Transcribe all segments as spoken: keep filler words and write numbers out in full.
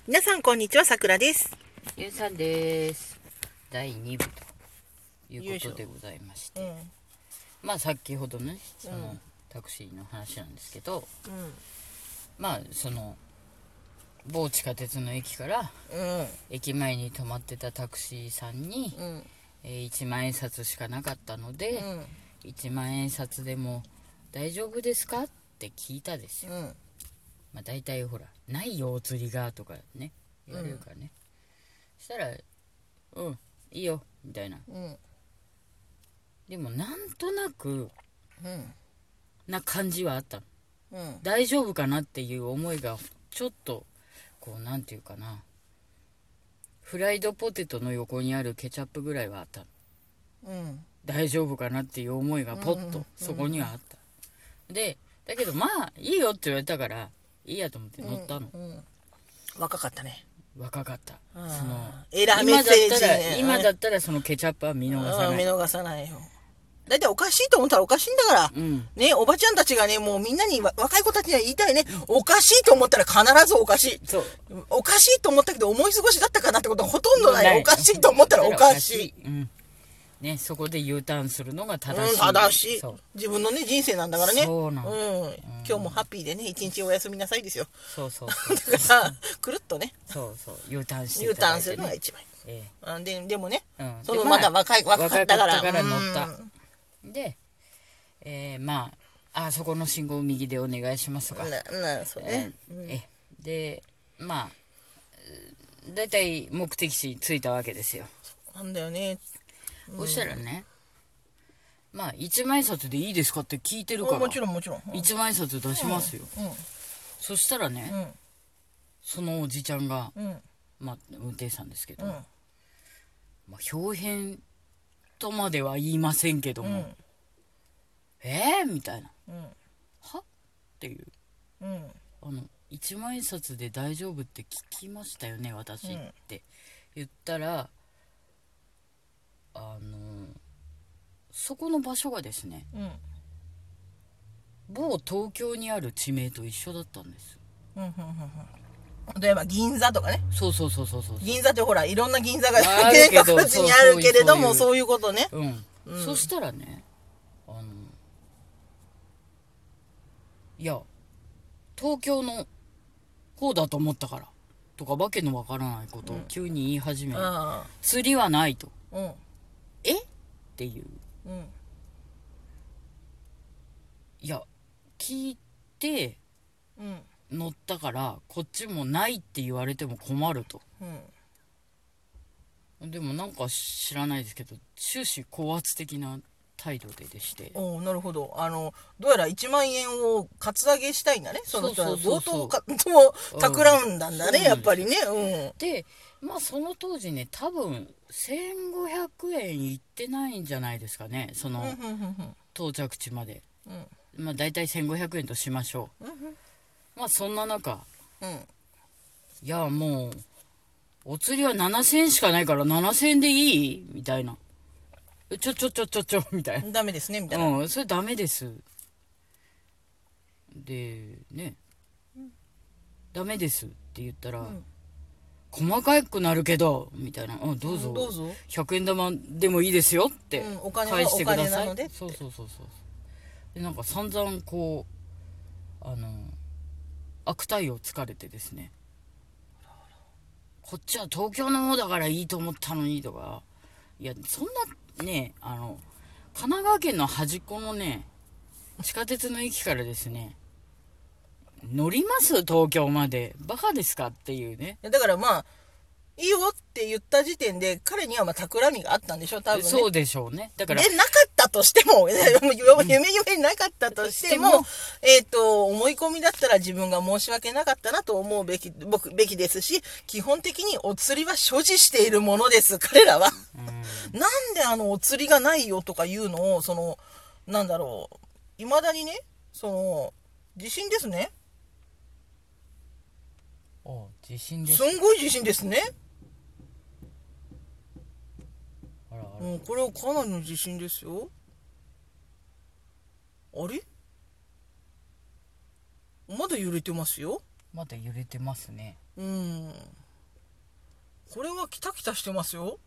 皆さんこんにちは、さくらです。 ゆうさんです。だいにぶということでございまして、うん、まあ先ほどね、その、うん、タクシーの話なんですけど、うん、まあその某地下鉄の駅から、うん、駅前に止まってたタクシーさんに、うん、えー、いちまん円札しかなかったので、うん、いちまん円札でも大丈夫ですかって聞いたですよ。うん、まあ大体ほらないよお釣りがとかね言われるからね、うん、そしたらうんいいよみたいな、うん、でもなんとなく、うん、な感じはあった、うん、大丈夫かなっていう思いがちょっとこうなんていうかな、フライドポテトの横にあるケチャップぐらいはあった、うん、大丈夫かなっていう思いがポッとそこにはあった、うん、でだけどまあいいよって言われたからいいやと思って乗ったの、うんうん、 若かったね。 若かった。 そのエラーメッセージ、ね、 今だったらそのケチャップは見逃さない。 見逃さないよ。だいたいおかしいと思ったらおかしいんだから、うん、ね、おばちゃんたちがね、もうみんなに、若い子たちには言いたいね、おかしいと思ったら必ずおかしい。そう。おかしいと思ったけど思い過ごしだったかなってことはほとんどない。ないおかしいと思ったらおかしい。 うん。ね、そこで U ターンするのが正しい。 うん、正しい。自分のね、人生なんだからね。 そうなの。 うん。うん、今日もハッピーでね、一日お休みなさいですよ。 そうそうそう。 だから、くるっとね。 そうそう。U ターンして、ね。 U ターンするのが一番いい。ええ、で、でもね、うん、そのまだ若い、 若かったから。若かったから乗った。で、えー、まあ、あそこの信号右でお願いしますとか。な、な、そうね。えーうん、えで、まあ、だいたい目的地着いたわけですよ。 なんだよね。 そしたらね、まあいちまん円札でいいですかって聞いてるから、 もちろんもちろん、 うん、いちまん円札出しますよ、うんうん、そしたらね、うん、そのおじちゃんが、うん、まあ運転手さんですけど、うん、まあ表変とまでは言いませんけども、うん、えーみたいな、うん、はっていう、うん、あのいちまん円札で大丈夫って聞きましたよね私、うん、って言ったら、あのそこの場所がですね、うん、某東京にある地名と一緒だったんです。うんうんうんうん。例えば銀座とかね。 そうそうそうそうそう。 銀座ってほらいろんな銀座が全国各地にあるけれども、そういうことね。 うん。うん、そしたらね、あのいや東京の方だと思ったからとかわけのわからないことを急に言い始め、うん、釣りはないと、うん、えっていう、うん、いや聞いて、うん、乗ったからこっちもないって言われても困ると、うん、でもなんか知らないですけど終始高圧的な態度ででして、 おなるほど、あのどうやらいちまん円をカツアゲしたいんだね、その人は強盗かと企んだんだね、うん、やっぱりね、 うん、でまあその当時ね多分せんごひゃくえんいってないんじゃないですかね、その到着地まで、うん、まあ大体せんごひゃくえんとしましょう、うん、まあそんな中、うん、いやもうお釣りはななせんえんしかないからななせんえんでいいみたいな、ちょちょちょちょちょみたいな、 ダメですねみたいな、 うん、それダメですでね、うん、ダメですって言ったら、うん、細かくなるけどみたいな、うん、どうぞ、うん、どうぞひゃくえん玉でもいいですよって返してください、うん、お金はお金なのでって、そうそうそうそうでなんか散々こうあの悪態をつかれてですね、こっちは東京の方だからいいと思ったのにとか、いやそんなね、あの神奈川県の端っこのね地下鉄の駅からですね乗ります東京までバカですかっていうね。 だからまあいいよって言った時点で彼にはまあ企みがあったんでしょ多分ね。 そうでしょうね。だからでなかったとしても夢夢になかったとしても、うん、えっ、ー、と思い込みだったら自分が申し訳なかったなと思うべき僕べきですし、基本的にお釣りは所持しているものです彼らは、うん、なんであのお釣りがないよとかいうのをそのなんだろういまだにねその自信ですね。 お自信です。 すんごい自信ですね。あらあら、うん、これはかなりの自信ですよ。あれまだ揺れてますよ。 まだ揺れてますね。 うん。これはキタキタしてますよ。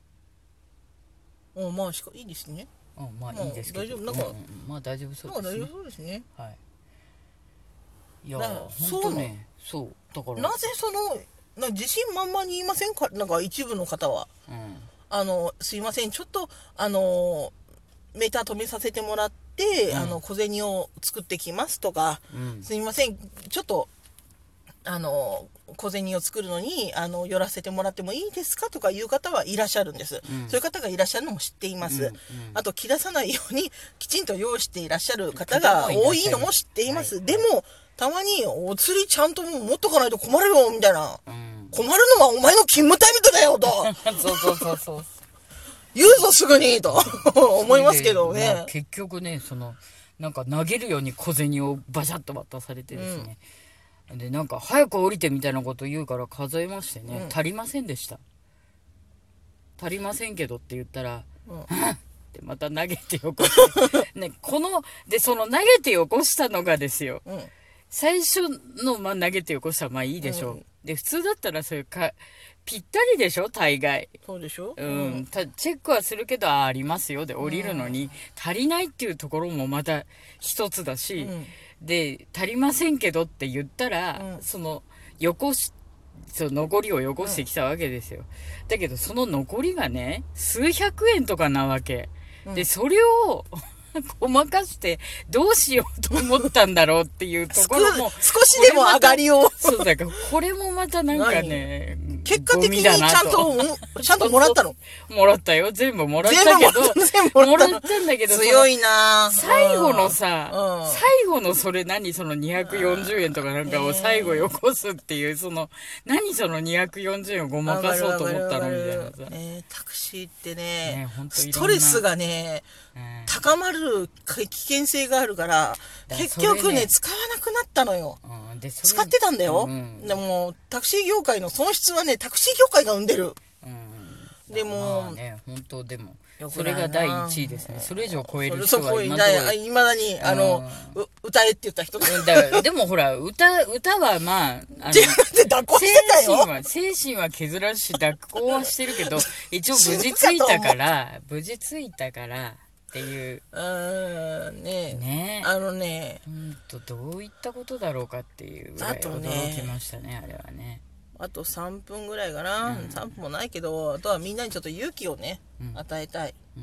あ、まあしかいいですね。 あ、まあいいですけど、 まあ、大丈夫、なんか、 うんうん、まあ大丈夫そうですね。 まあ大丈夫そうですね。 はい。いやだ本当ね、そうだからなぜそのな自信満々に言いませんか、なんか一部の方は、 うん、 あのすいません、ちょっとあのメーター止めさせてもらって、うん、あの小銭を作ってきますとか、うん、すいません、ちょっとあの小銭を作るのにあの寄らせてもらってもいいですかとかいう方はいらっしゃるんです、うん、そういう方がいらっしゃるのも知っています、うんうん、あと切らさないようにきちんと用意していらっしゃる方が多いのも知っています、はい、でも、はい、たまにお釣りちゃんと持っとかないと困るよみたいな、うん、困るのはお前の勤務タイムだよとそうそうそうそう言うぞすぐにと思いますけどね、 まあ、結局ねそのなんか投げるように小銭をバシャッと渡されてですね、うん、でなんか早く降りてみたいなこと言うから数えましてね、うん、足りませんでした。足りませんけどって言ったら、うん、ってまた投げてよこしてね、このでその投げてよこしたのがですよ、うん、最初の、まあ、投げてよこしたらまあいいでしょう、うん、で普通だったらそういうかぴったりでしょ大概。 そうでしょ、 うん、たチェックはするけど あ, ありますよで降りるのに、うん、足りないっていうところもまた一つだし、うん、で足りませんけどって言ったら、うん、そのよこしその残りをよこしてきたわけですよ、うん、だけどその残りがね数百円とかなわけ、うん、でそれをごまかしてどうしようと思ったんだろうっていうところも少しでも上がりをそうだからこれもまたなんかね結果的にちゃんとちゃんともらったのもらったよ全部もらったけど全部もらったんだけど強いな最後のさ、うん、最後のそれ何そのにひゃくよんじゅうえんとかなんかを最後よこすっていうその何そのにひゃくよんじゅうえんをごまかそうと思ったのみたいなさ、 えー、タクシーってね、ねストレスがね、うん、高まる危険性があるから結局ね使わなくなったのよ、うん、で使ってたんだよ、うん、でもタクシー業界の損失はねタクシー業界が生んでる、うん、でも、 まあね、本当でもそれがだいいちいですね。それ以上超える人は今いまだにあの、うん、歌えって言った人だでもほら歌歌はまああの抱っこしてたよ精神は精神は削らし抱っこはしてるけど一応無事ついたから無事ついたからっていううーんねねあのねうんとどういったことだろうかっていうぐらい驚きましたね、ね、あれはね。 あとさんぷんぐらいかな、うん、さんぷんもないけどあとはみんなにちょっと勇気をね、うん、与えたい、うん、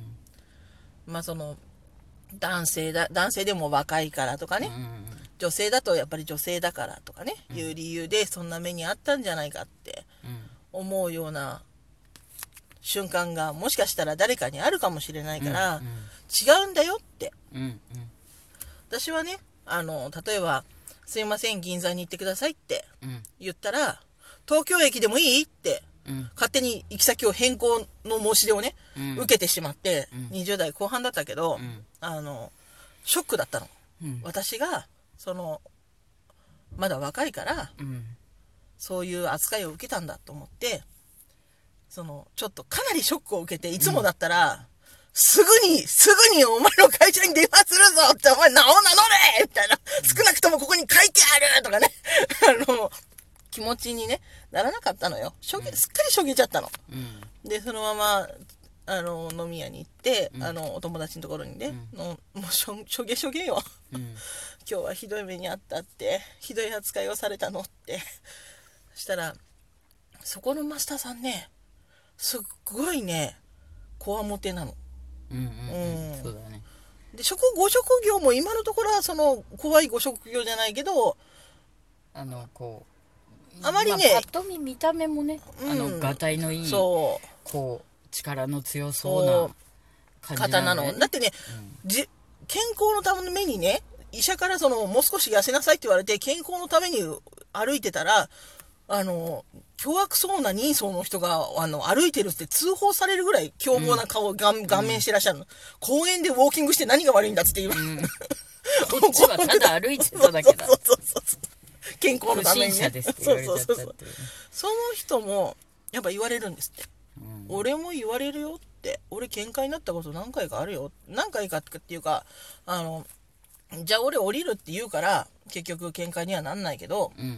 まあその男性だ男性でも若いからとかね、うんうん、女性だとやっぱり女性だからとかね、うん、いう理由でそんな目にあったんじゃないかって思うような瞬間がもしかしたら誰かにあるかもしれないから、うんうん、違うんだよって、うんうん、私はねあの例えばすいません銀座に行ってくださいって言ったら、うん、東京駅でもいいって、うん、勝手に行き先を変更の申し出をね、うん、受けてしまって、うん、にじゅう代後半だったけど、うん、あのショックだったの、うん、私がそのまだ若いから、うん、そういう扱いを受けたんだと思ってそのちょっとかなりショックを受けていつもだったら、うん、すぐにすぐにお前の会社に電話するぞってお前名を名乗れみたいな、うん、少なくともここに書いてあるとかねあの気持ちにねならなかったのよ。しょげ、うん、すっかりしょげちゃったの、うん、でそのままあの飲み屋に行って、うん、あのお友達のところにね、うん、のもうしょ、しょげしょげよ、うん、今日はひどい目にあったってひどい扱いをされたのってそしたらそこのマスターさんねすっごいねこわもてなの。うんうんうん、そうだね。で職ご職業も今のところはその怖いご職業じゃないけどあのこうあまりね、 まあ、パッと見見た目もね、うん、あのがたいのいいそうこう力の強そうな感じな、ね、 方なの。だってね、うん、じ健康のためにね医者からそのもう少し痩せなさいって言われて健康のために歩いてたらあの凶悪そうな人相の人があの歩いてるって通報されるぐらい凶暴な顔、うん、顔顔面してらっしゃるの、うん、公園でウォーキングして何が悪いんだっつって言う、うん、こっちはただ歩いてただけだそうそうそうそう健康のためにねですって言われちゃったっていう、そうそうそうその人もやっぱ言われるんですって、うん、俺も言われるよって俺喧嘩になったこと何回かあるよ何回かっていうかあのじゃあ俺降りるって言うから結局喧嘩にはなんないけど、うん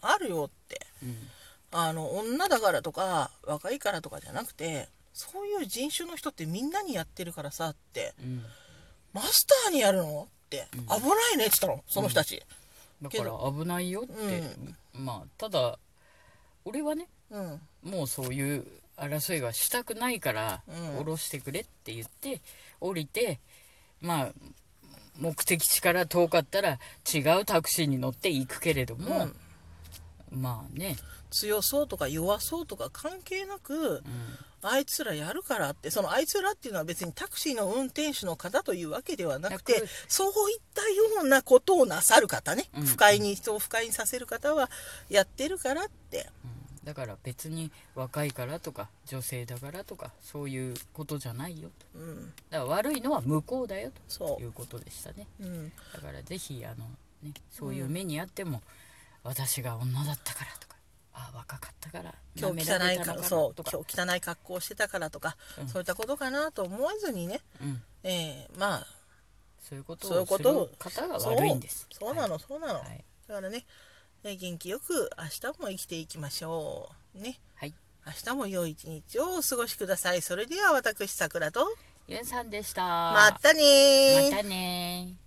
あるよって、 うん、 あの女だからとか若いからとかじゃなくて、そういう人種の人ってみんなにやってるからさって、うん、マスターにやるのって、うん、危ないねって言ったのその人たち、 うん、だから危ないよって、うん、まあただ俺はね、うん、もうそういう争いはしたくないから、うん、降ろしてくれって言って降りて、まあ目的地から遠かったら違うタクシーに乗って行くけれども、うん、まあね、 強そうとか弱そうとか関係なく、うん、あいつらやるからって、そのあいつらっていうのは別にタクシーの運転手の方というわけではなくて、そういったようなことをなさる方ね、うん、不快に人を不快にさせる方はやってるからって、 うん、だから別に若いからとか女性だからとかそういうことじゃないよと、うん、だから悪いのは向こうだよということでしたね、うん、だからぜひあの、ね、そういう目にあっても、うん、私が女だったからとか、ああ若かったから今日汚いかそう今日汚い格好をしてたからとか、うん、そういったことかなと思わずにね、うん、えー、まあそういうことをする方が悪いんです。 そう、そうなの、はい、そうなの、はい、だからね、ね、元気よく明日も生きていきましょうね、はい、明日も良い一日をお過ごしください。それでは私さくらとゆんさんでした。 またねまたね